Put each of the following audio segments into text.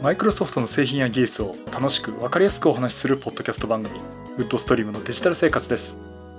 マイクロソフトの製品や技術を楽しく分かりやすくお話しするポッドキャスト番組、ウッドストリームのデジタル生活です。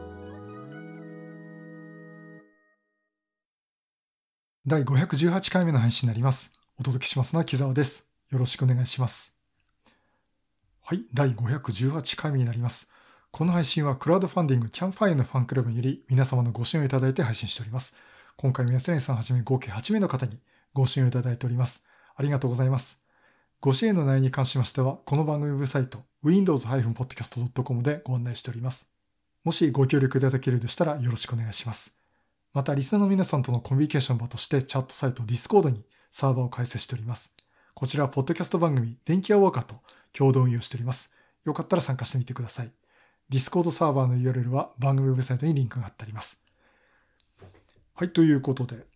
第518回目の配信になります。お届けしますのは木澤です。よろしくお願いします。はい、第518回目になります。この配信はクラウドファンディングキャンファイアのファンクラブにより皆様のご支援をいただいて配信しております。今回も安根さんはじめ合計8名の方にご支援をいただいております。ありがとうございます。ご支援の内容に関しましては、この番組ウェブサイト windows-podcast.com でご案内しております。もしご協力いただけるとしたらよろしくお願いします。また、リスナーの皆さんとのコミュニケーション場としてチャットサイト Discord にサーバーを開設しております。こちらはポッドキャスト番組電気屋ウォーカーと共同運用しております。よかったら参加してみてください。Discord サーバーの URL は番組ウェブサイトにリンクが貼ってあります。はい、ということで、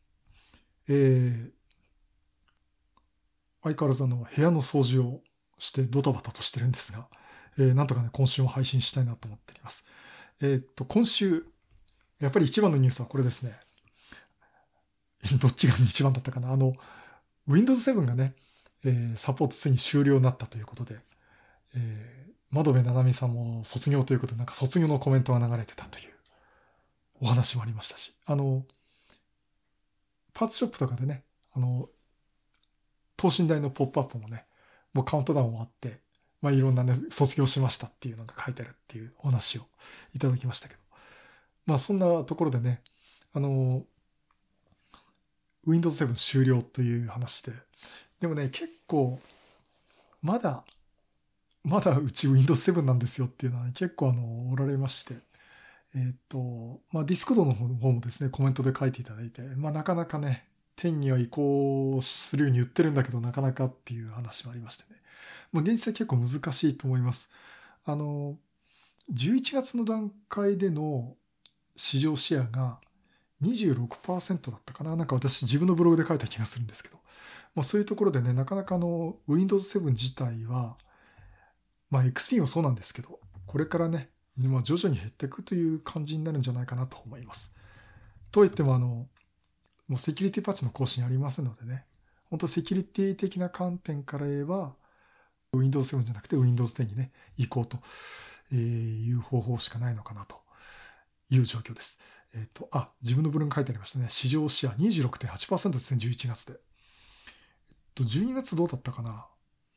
相変わらず部屋の掃除をしてドタバタとしてるんですが、なんとかね、今週も配信したいなと思っております。今週、やっぱり一番のニュースはこれですね。どっちが一番だったかな。Windows 7がね、サポートついに終了になったということで、窓辺七海さんも卒業ということで、なんか卒業のコメントが流れてたというお話もありましたし、パーツショップとかでね、等身大のポップアップもね、もうカウントダウン終わって、まあいろんなね、卒業しましたっていうのが書いてあるっていうお話をいただきましたけど。まあそんなところでね、Windows 7終了という話で、でもね、結構、まだうち Windows 7なんですよっていうのは、ね、結構おられまして、まあディスコードの方もですね、コメントで書いていただいて、まあなかなかね、10には移行するように言ってるんだけど、なかなかっていう話もありましてね。まあ、現実は結構難しいと思います。11月の段階での市場シェアが 26% だったかな。なんか私自分のブログで書いた気がするんですけど。まあ、そういうところでね、なかなかWindows 7自体は、まあ XP もそうなんですけど、これからね、まあ、徐々に減っていくという感じになるんじゃないかなと思います。といってももうセキュリティパッチの更新ありませんのでね、本当セキュリティ的な観点から言えば、Windows 7じゃなくて Windows 10にね、移行という方法しかないのかなという状況です。自分のブログに書いてありましたね。市場シェア 26.8% ですね、11月で。12月どうだったかな。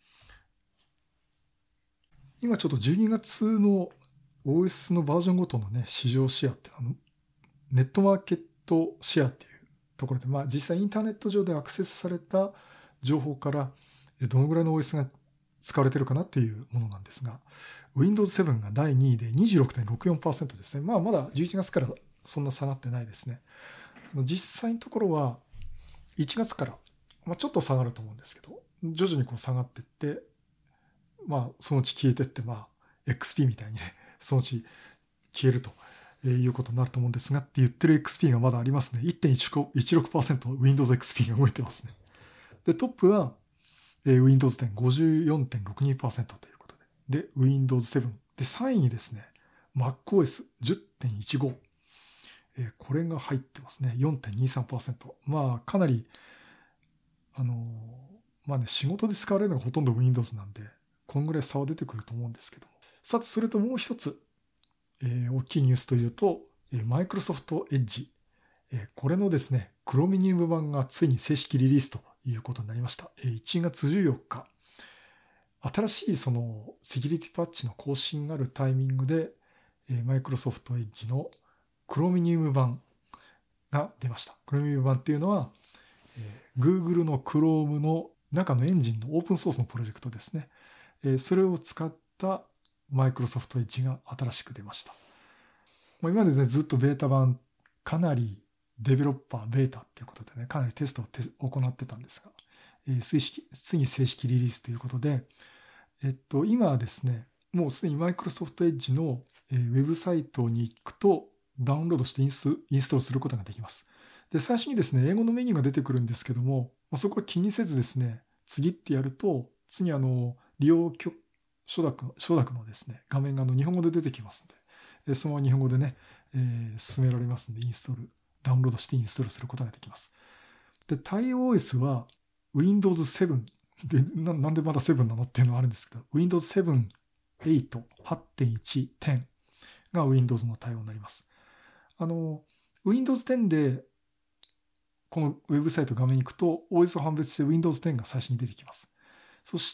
今ちょっと12月の OS のバージョンごとのね、市場シェアってネットマーケットシェアっていうところで、まあ実際インターネット上でアクセスされた情報からどのぐらいの OS が使われてるかなっていうものなんですが、Windows 7が第2位で 26.64% ですね。まあまだ11月からそんな下がってないですね。実際のところは1月から、まあ、ちょっと下がると思うんですけど、徐々にこう下がっていって、まあそのうち消えていって、まあ XP みたいにね、そのうち消えるということになると思うんですが、って言ってる XP がまだありますね。1.16% Windows XP が動いてますね。で、トップはWindows 10 54.62% ということで。で、Windows 7。で、3位にですね、MacOS 10.15。これが入ってますね。4.23%。まあ、かなり、まあね、仕事で使われるのがほとんど Windows なんで、こんぐらい差は出てくると思うんですけども。さて、それともう一つ、大きいニュースというと、Microsoft Edge。これのですね、クロミニウム版がついに正式リリースということになりました。1月14日。新しいそのセキュリティパッチの更新があるタイミングで、Microsoft Edge のクロミニウム版が出ました。クロミニウム版っていうのは、Google の Chrome の中のエンジンのオープンソースのプロジェクトですね。それを使ったMicrosoft Edge が新しく出ました。今までね、ずっとベータ版、かなりデベロッパーベータっていうことでね、かなりテストを行ってたんですが、ついに正式リリースということで、今はですね、もうすでに Microsoft Edge のウェブサイトに行くとダウンロードしてインストールすることができます。で、最初にですね、英語のメニューが出てくるんですけども、そこは気にせずですね、次ってやると、次利用承諾のですね、画面が日本語で出てきますので、そのまま日本語でね、進められますので、ダウンロードしてインストールすることができます。で、対応 OS は Windows 7 で、なんでまだ7なのっていうのはあるんですけど、Windows 7、8、8.1、10が Windows の対応になります。Windows 10でこのウェブサイト画面に行くと OS を判別して Windows 10が最初に出てきます。そして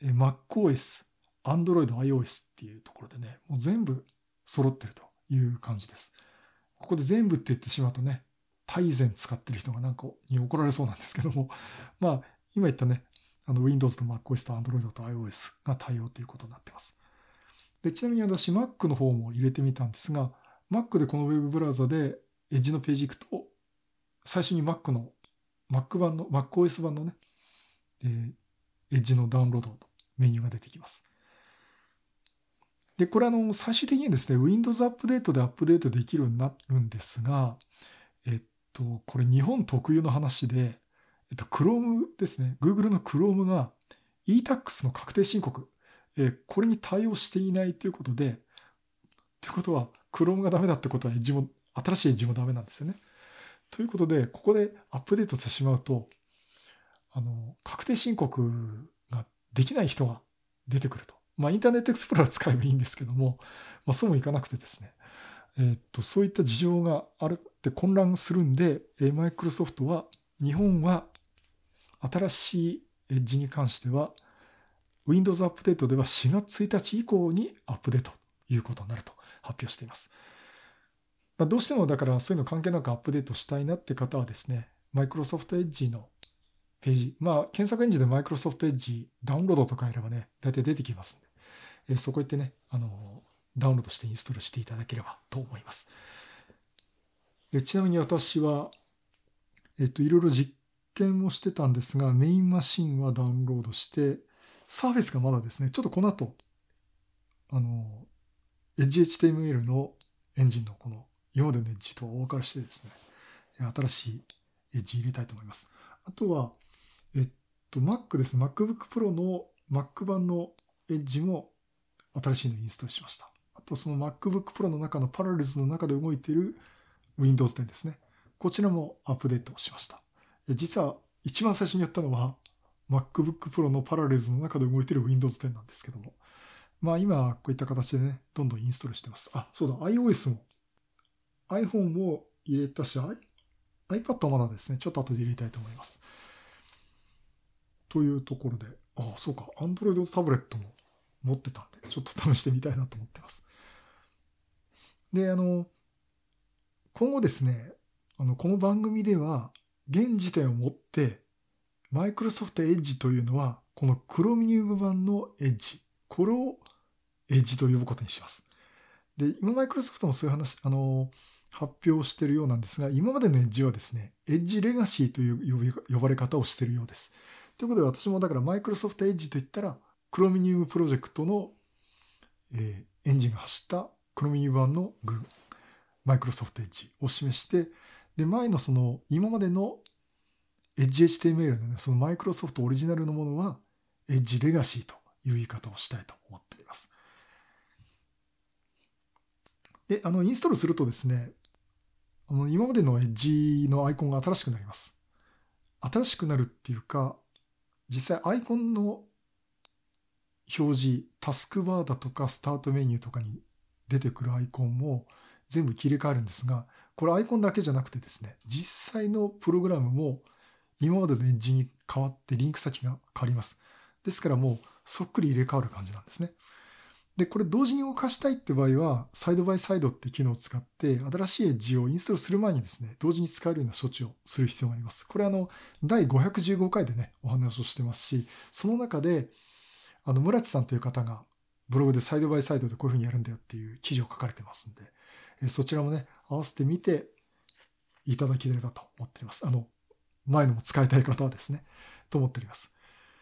MacOS、Android、iOS っていうところでね、もう全部揃ってるという感じです。ここで全部って言ってしまうとね、大前使ってる人がなんかに怒られそうなんですけども、まあ今言ったね、Windows と MacOS と Android と iOS が対応ということになっています。で、ちなみに私 Mac の方も入れてみたんですが、Mac でこのウェブブラウザで Edge のページ行くと、最初に Mac の Mac 版の MacOS 版のね、Edge のダウンロードメニューが出てきます。で、これ最終的にですね、Windows アップデートでアップデートできるようになるんですが、これ日本特有の話で、Chrome ですね、Google の Chrome が e-tax の確定申告、これに対応していないということで、ってことは Chrome がダメだってことはEdgeも、新しい Edge もダメなんですよね。ということで、ここでアップデートしてしまうと、確定申告ができない人が出てくると。まあ、インターネットエクスプローラー使えばいいんですけども、まあ、そうもいかなくてですね、そういった事情があるって混乱するんで、マイクロソフトは、日本は新しいエッジに関しては、Windows アップデートでは4月1日以降にアップデートということになると発表しています。まあ、どうしてもだからそういうの関係なくアップデートしたいなって方はですね、マイクロソフトエッジのページ、まあ、検索エンジンでマイクロソフトエッジダウンロードとかやればね、大体出てきますんで、そこ行ってね、ダウンロードしてインストールしていただければと思います。で、ちなみに私は、いろいろ実験もしてたんですが、メインマシンはダウンロードして、サーフェスがまだですね、ちょっとこの後、Edge HTML のエンジンのこの、今までのエッジとお別れしてですね、新しいエッジ入れたいと思います。あとは、Mac ですね、MacBook Pro の Mac 版のエッジも新しいのをインストールしました。あと、その MacBook Pro の中の Parallels の中で動いている Windows 10ですね。こちらもアップデートしました。実は一番最初にやったのは MacBook Pro の Parallels の中で動いている Windows 10なんですけども。まあ今こういった形でね、どんどんインストールしてます。あ、そうだ、iOS も iPhone も入れたし、iPad はまだですね、ちょっと後で入れたいと思います。というところで、あ、そうか、Android タブレットも持ってたんで、ちょっと試してみたいなと思ってます。で、今後ですね、この番組では、現時点をもって、Microsoft Edge というのは、この Chromium 版の Edge、これを Edge と呼ぶことにします。で、今 Microsoft もそういう話、発表しているようなんですが、今までの Edge はですね、Edge Legacy という呼ばれ方をしているようです。ということで、私もだから Microsoft Edge といったら、Chromium プロジェクトの、エンジンが走った Chromium 版のMicrosoft Edge を示して、で、前のその、今までの Edge HTML のね、その Microsoft オリジナルのものは Edge Legacy という言い方をしたいと思っています。で、インストールするとですね、今までの Edge のアイコンが新しくなります。新しくなるっていうか、実際アイコンの表示、タスクバーだとかスタートメニューとかに出てくるアイコンも全部切り替えるんですが、これアイコンだけじゃなくてですね、実際のプログラムも今までのエッジに変わってリンク先が変わります。ですからもうそっくり入れ替わる感じなんですね。で、これ同時に動かしたいって場合は、サイドバイサイドって機能を使って、新しいエッジをインストールする前にですね、同時に使えるような処置をする必要があります。これ第515回でね、お話をしてますし、その中で、村地さんという方がブログでサイドバイサイドでこういうふうにやるんだよっていう記事を書かれてますんで、そちらもね、合わせてみていただければと思っております。前のも使いたい方はですね、と思っております。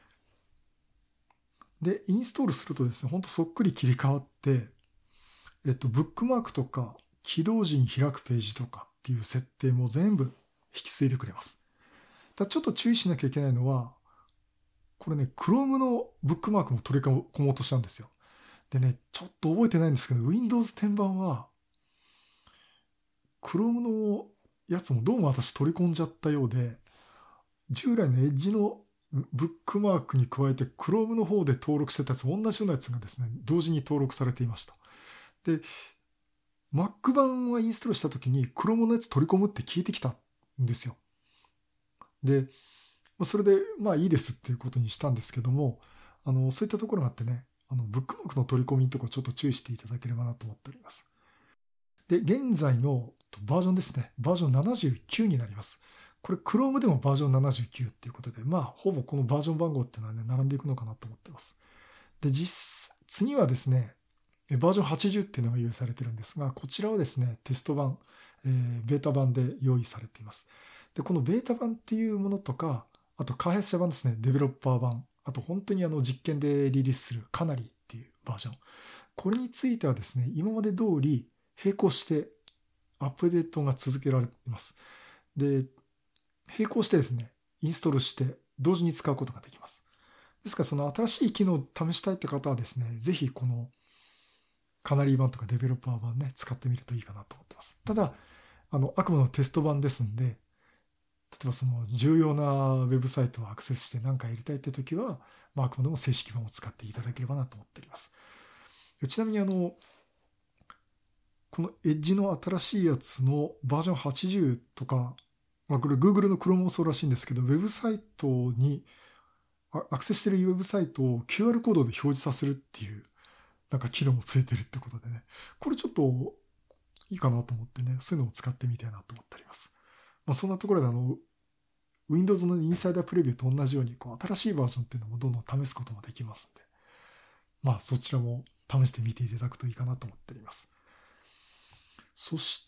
で、インストールするとですね、ほんとそっくり切り替わって、ブックマークとか起動時に開くページとかっていう設定も全部引き継いでくれます。ちょっと注意しなきゃいけないのは、これね、Chrome のブックマークも取り込もうとしたんですよ。でね、ちょっと覚えてないんですけど、Windows 10版は、Chrome のやつもどうも私取り込んじゃったようで、従来の Edge のブックマークに加えて Chrome の方で登録してたやつ、同じようなやつがですね、同時に登録されていました。で、Mac 版はインストールした時に Chrome のやつ取り込むって聞いてきたんですよ。で、それでまあいいですっていうことにしたんですけども、そういったところがあってね、ブックマークの取り込みのところちょっと注意していただければなと思っております。で、現在のバージョンですね。バージョン79になります。これ Chrome でもバージョン79っていうことで、まあほぼこのバージョン番号っていうのはね、並んでいくのかなと思ってます。で、次はですね、バージョン80っていうのが用意されてるんですが、こちらはですね、テスト版、ベータ版で用意されています。で、このベータ版っていうものとか、あと開発者版ですね、デベロッパー版、あと本当に実験でリリースするカナリっていうバージョン。これについてはですね、今まで通り並行してアップデートが続けられています。で、並行してですね、インストールして同時に使うことができます。ですからその新しい機能を試したいって方はですね、ぜひこのカナリー版とかデベロッパー版ね、使ってみるといいかなと思ってます。ただ、あくまでもテスト版ですんで、例えばその重要なウェブサイトをアクセスして何かやりたいって時は、まあ、あくまでも正式版を使っていただければなと思っております。ちなみにこのエッジの新しいやつのバージョン80とか、まあ、これ Google の Chrome もそうらしいんですけど、ウェブサイトにアクセスしているウェブサイトを QR コードで表示させるっていうなんか機能もついてるってことでね、これちょっといいかなと思ってね、そういうのを使ってみたいなと思っております。まあ、そんなところでWindows のインサイダープレビューと同じように新しいバージョンっていうのもどんどん試すこともできますんで、まあそちらも試してみていただくといいかなと思っております。そして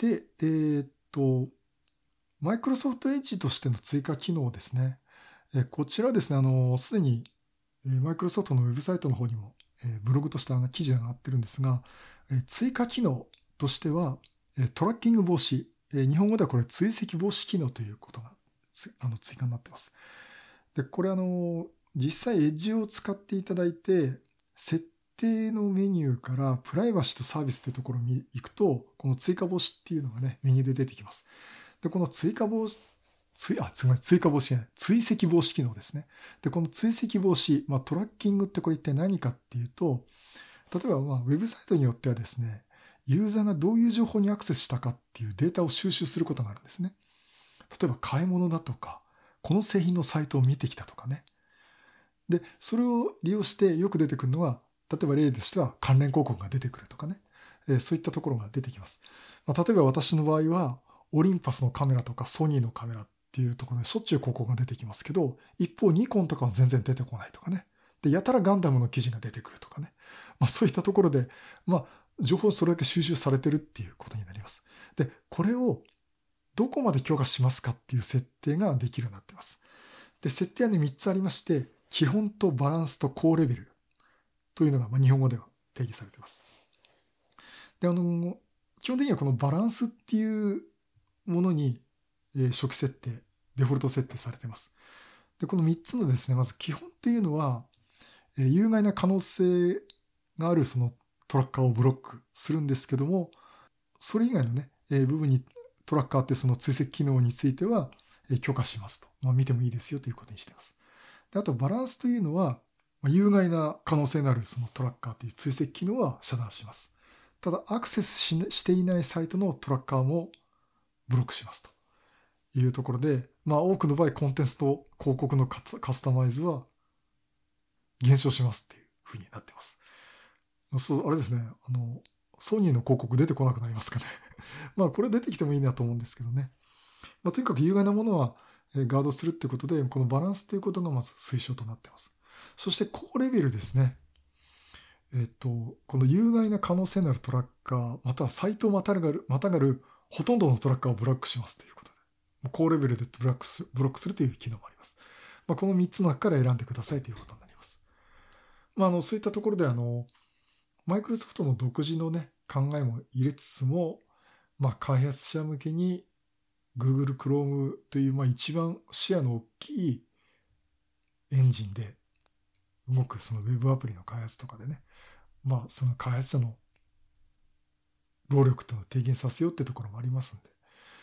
、Microsoft Edge としての追加機能ですね。こちらですね、すでに Microsoft のウェブサイトの方にもブログとして記事が上がってるんですが、追加機能としては、トラッキング防止、日本語ではこれ追跡防止機能ということが追加になってます。で、これ実際 Edge を使っていただいて、設定のメニューからプライバシーとサービスというところに行くと、この追加防止っていうのがね、メニューで出てきます。で、この追加防止じゃない、追跡防止機能ですね。で、この追跡防止、トラッキングってこれ一体何かっていうと、例えばウェブサイトによってはですね、ユーザーがどういう情報にアクセスしたかっていうデータを収集することがあるんですね。例えば買い物だとか、この製品のサイトを見てきたとかね。で、それを利用してよく出てくるのは、例えば例としては関連広告が出てくるとかね。そういったところが出てきます。例えば私の場合は、オリンパスのカメラとかソニーのカメラっていうところでしょっちゅう広告が出てきますけど、一方ニコンとかは全然出てこないとかね。で、やたらガンダムの記事が出てくるとかね。そういったところで、情報それだけ収集されてるっていうことになります。で、これをどこまで許可しますかっていう設定ができるようになっています。で、設定はね、3つありまして、基本とバランスと高レベルというのが日本語では定義されています。で、基本的にはこのバランスっていうものに初期設定、デフォルト設定されています。で、この3つのですね、まず基本っていうのは、有害な可能性があるそのトラッカーをブロックするんですけども、それ以外のね、部分にトラッカーってその追跡機能については許可しますと。見てもいいですよということにしています。で、あとバランスというのは、有害な可能性のあるそのトラッカーという追跡機能は遮断します。ただ、アクセスしていないサイトのトラッカーもブロックしますというところで、多くの場合、コンテンツと広告のカスタマイズは減少しますっていうふうになっています。そう、あれですね、ソニーの広告出てこなくなりますかね。これ出てきてもいいなと思うんですけどね。とにかく有害なものはガードするっていうことで、このバランスということがまず推奨となっています。そして高レベルですね。この有害な可能性のあるトラッカー、またはサイトをまたがるほとんどのトラッカーをブロックしますということで、高レベルでブロックするという機能もあります。この3つの中から選んでくださいということになります。そういったところでマイクロソフトの独自のね、考えも入れつつも、開発者向けに Google Chrome という一番シェアの大きいエンジンで動くそのウェブアプリの開発とかでね、その開発者の労力というのを低減させようってところもありますんで、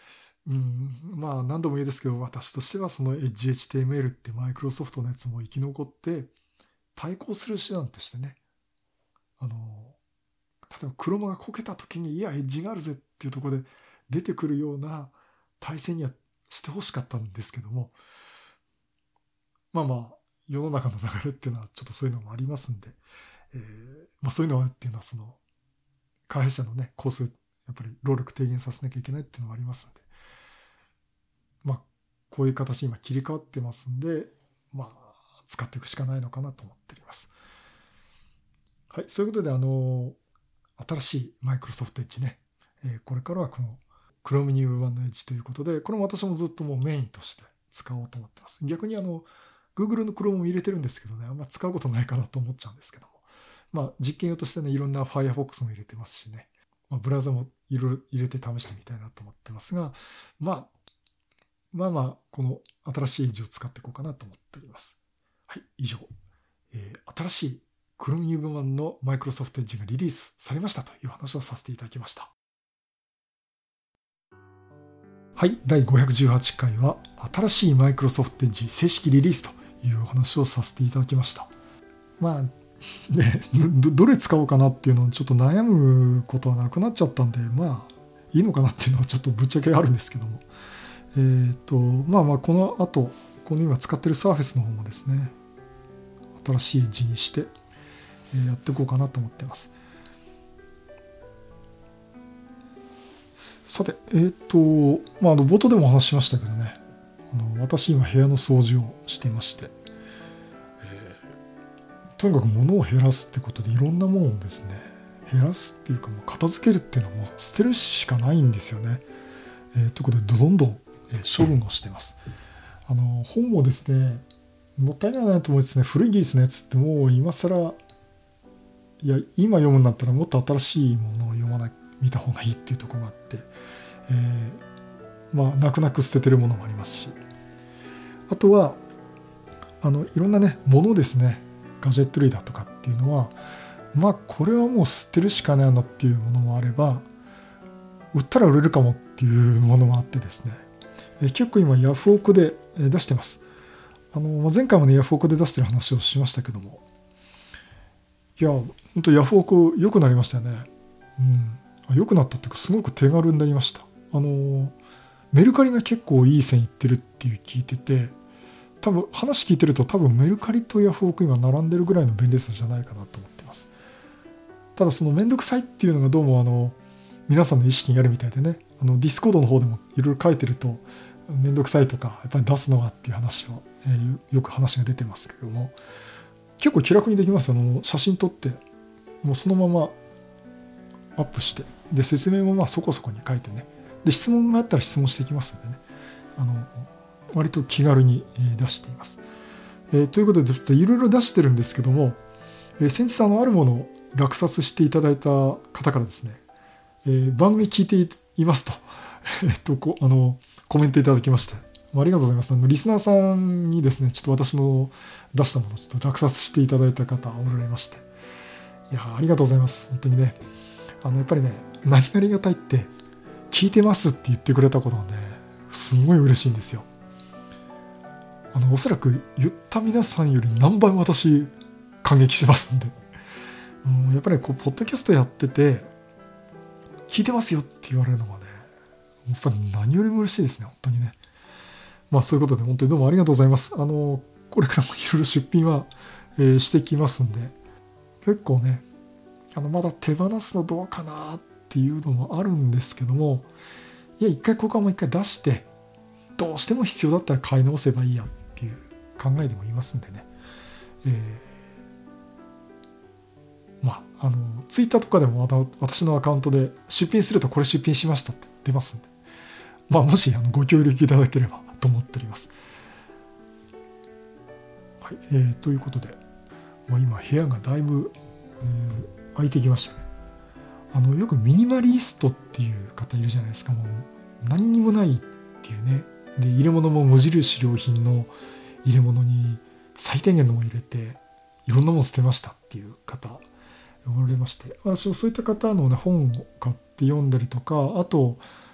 まあ何度も言うですけど、私としてはその Edge HTML ってマイクロソフトのやつも生き残って対抗する手段としてね、例えばクロームがこけた時にいやエッジがあるぜっていうところで出てくるような体制にはしてほしかったんですけども、まあ世の中の流れっていうのはちょっとそういうのもありますんで、そういうのはっていうのはその開発者のねコースやっぱり労力低減させなきゃいけないっていうのもありますんで、こういう形に今切り替わってますんで、使っていくしかないのかなと思っております。はい、そういうことで新しいマイクロソフトエッジね、これからはこの Chrome New 版のエッジということで、これも私もずっともうメインとして使おうと思ってます。逆にGoogle の Chrome も入れてるんですけどね、あんま使うことないかなと思っちゃうんですけども、実験用としてね、いろんな Firefox も入れてますしね、ブラウザもいろいろ入れて試してみたいなと思ってますが、この新しいエッジを使っていこうかなと思っております。はい、以上、新しい Chrome New 版の Microsoft Edge がリリースされましたという話をさせていただきました。はい、第518回は新しい Microsoft Edge 正式リリースというお話をさせていただきました。どれ使おうかなっていうのをちょっと悩むことはなくなっちゃったんで、いいのかなっていうのはちょっとぶっちゃけあるんですけども、この後、この今使ってる Surface の方もですね、新しい字にしてやっていこうかなと思っています。さて、冒頭でもお話ししましたけどね、私今部屋の掃除をしていまして、とにかく物を減らすってことでいろんなものをですね、減らすっていうかもう片付けるっていうのはもう捨てるしかないんですよね。ということでどんどん処分をしています。本もですね、もったいないなと思いですね、古い技術のやつってもう今更、今読むんだったらもっと新しいものを見た方がいいっていうところがあって、泣く泣く捨ててるものもありますし、あとはいろんなね、ものですね、ガジェット類だとかっていうのは、これはもう捨てるしかないなっていうものもあれば、売ったら売れるかもっていうものもあってですね、結構今ヤフオクで出してます。前回もねヤフオクで出してる話をしましたけども、いや本当ヤフオク良くなりましたよね。良くなったっていうかすごく手軽になりました。メルカリが結構いい線いってるっていう聞いてて、多分話聞いてるとメルカリとヤフオク今並んでるぐらいの便利さじゃないかなと思ってます。ただそのめんどくさいっていうのがどうも皆さんの意識にあるみたいでね、ディスコードの方でもいろいろ書いてるとめんどくさいとかやっぱり出すのがっていう話を、よく話が出てますけども、結構気楽にできます。写真撮ってもうそのままアップして、で説明もそこそこに書いてね、で質問があったら質問していきますんでね、割と気軽に出しています。ということでちょっといろいろ出してるんですけども、先日あるものを落札していただいた方からですね、番組聞いていますとコメントいただきまして、ありがとうございます。リスナーさんにですね、ちょっと私の出したものをちょっと落札していただいた方おられまして、いやありがとうございます。本当にね、やっぱりね、何がありがたいって聞いてますって言ってくれたことがね、すごい嬉しいんですよ。おそらく言った皆さんより何倍も私感激してますんで、やっぱりポッドキャストやってて聞いてますよって言われるのがね、やっぱり何よりも嬉しいですね、本当にね。そういうことで本当にどうもありがとうございます。これからもいろいろ出品は、してきますんで、結構ね、まだ手放すのどうかなっていうのもあるんですけども、一回ここはもう一回出して、どうしても必要だったら買い直せばいいやっていう考えでもいますんでね。ツイッターとかでも私のアカウントで出品するとこれ出品しましたって出ますんで、もしご協力いただければと思っております。はい、ということで、今部屋がだいぶ、空いてきましたね。よくミニマリストっていう方いるじゃないですか。もう何にもないっていうね。で入れ物も無印良品の入れ物に最低限のものを入れていろんなもの捨てましたっていう方おられまして、私はそういった方の、ね、本を買って読んだりとか、あと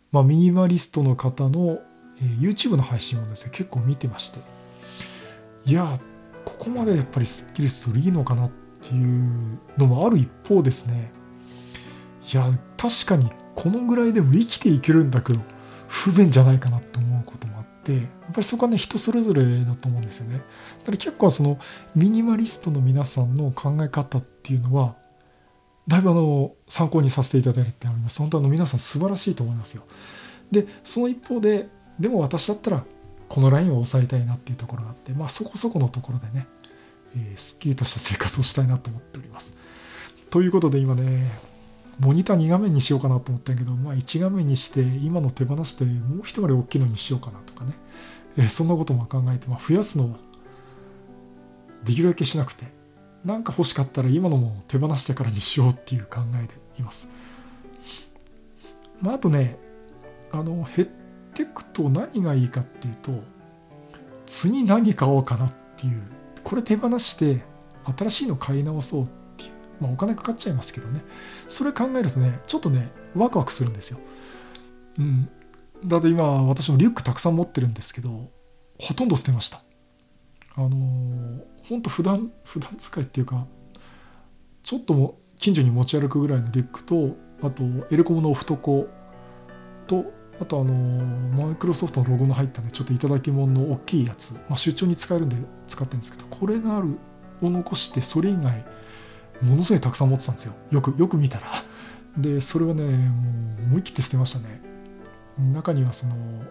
ミニマリストの方の、YouTube の配信をですね、結構見てまして、いや、ここまでやっぱりスッキリするといいのかなっていうのもある一方ですね、いや、確かにこのぐらいでも生きていけるんだけど、不便じゃないかなと思うこともあって、やっぱりそこはね、人それぞれだと思うんですよね。だから結構そのミニマリストの皆さんの考え方っていうのは、だいぶ参考にさせていただいております。本当皆さん素晴らしいと思いますよ。で、その一方で、でも私だったらこのラインを抑えたいなっていうところがあって、そこそこのところでね、すっきりとした生活をしたいなと思っております。ということで今ね、モニター2画面にしようかなと思ったけど、1画面にして今の手放してもう一回り大きいのにしようかなとかね、そんなことも考えて、増やすのはできるだけしなくて、なんか欲しかったら今のも手放してからにしようっていう考えでいます。あとね、減っていくと何がいいかっていうと、次何買おうかなっていう、これ手放して新しいの買い直そうっていう、お金かかっちゃいますけどね、それ考えるとね、ちょっとね、ワクワクするんですよ。だって今私もリュックたくさん持ってるんですけど、ほとんど捨てました。ほんと普段使いっていうか、ちょっとも近所に持ち歩くぐらいのリュックと、あとエレコムのオフトコと、あとマイクロソフトのロゴの入ったね、ちょっといただき物の大きいやつ、出張に使えるんで使ってるんですけど、これがあるを残して、それ以外ものすごいたくさん持ってたんですよ。よく見たら。でそれはね、もう思い切って捨てましたね。中にはその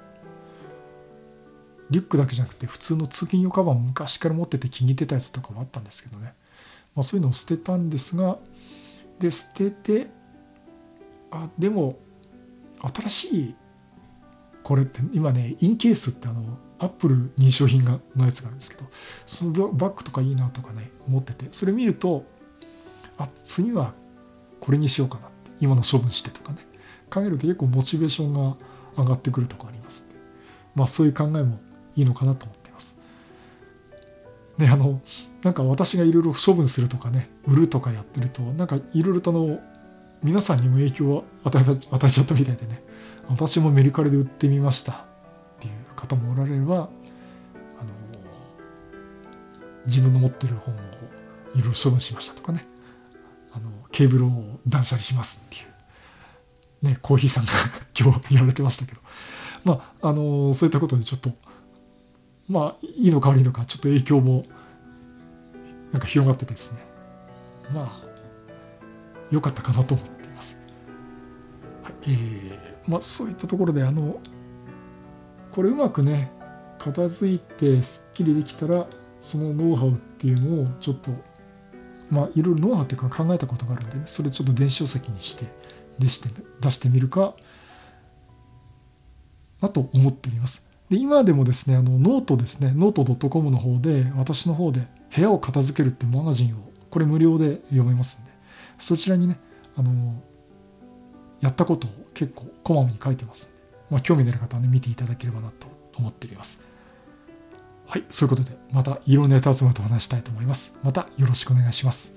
リュックだけじゃなくて普通の通勤用カバンも昔から持ってて気に入ってたやつとかもあったんですけどね、そういうのを捨てたんですが、で捨てて、でも新しいこれって今ね、インケースってアップル認証品のやつがあるんですけど、そのバッグとかいいなとかね思ってて、それ見ると次はこれにしようかなって、今の処分してとかね考えると結構モチベーションが上がってくるところありますんで、そういう考えもいいのかなと思っています。でなんか私がいろいろ処分するとかね、売るとかやってると、なんかいろいろと皆さんにも影響を与えちゃったみたいでね、私もメルカリで売ってみましたっていう方もおられれば、自分の持ってる本をいろいろ処分しましたとかね、ケーブルを断捨離しますっていうね、コーヒーさんが今日やられてましたけど、そういったことでちょっといいのか悪いのか、ちょっと影響もなんか広がっててですね、良かったかなと思っています。そういったところでこれうまくね片付いてすっきりできたら、そのノウハウっていうのをちょっといろいろノウハウっていうか考えたことがあるんでね、それちょっと電子書籍にして出してみるかなと思っております。で今でもですね、ノートですね、ノート .com の方で、私の方で部屋を片付けるっていうマガジンをこれ無料で読めますんで、そちらにねやったことを結構こまめに書いてますんで、興味のある方はね見ていただければなと思っております。はい、そういうことでまたいろんなネタ集めとお話したいと思います。またよろしくお願いします。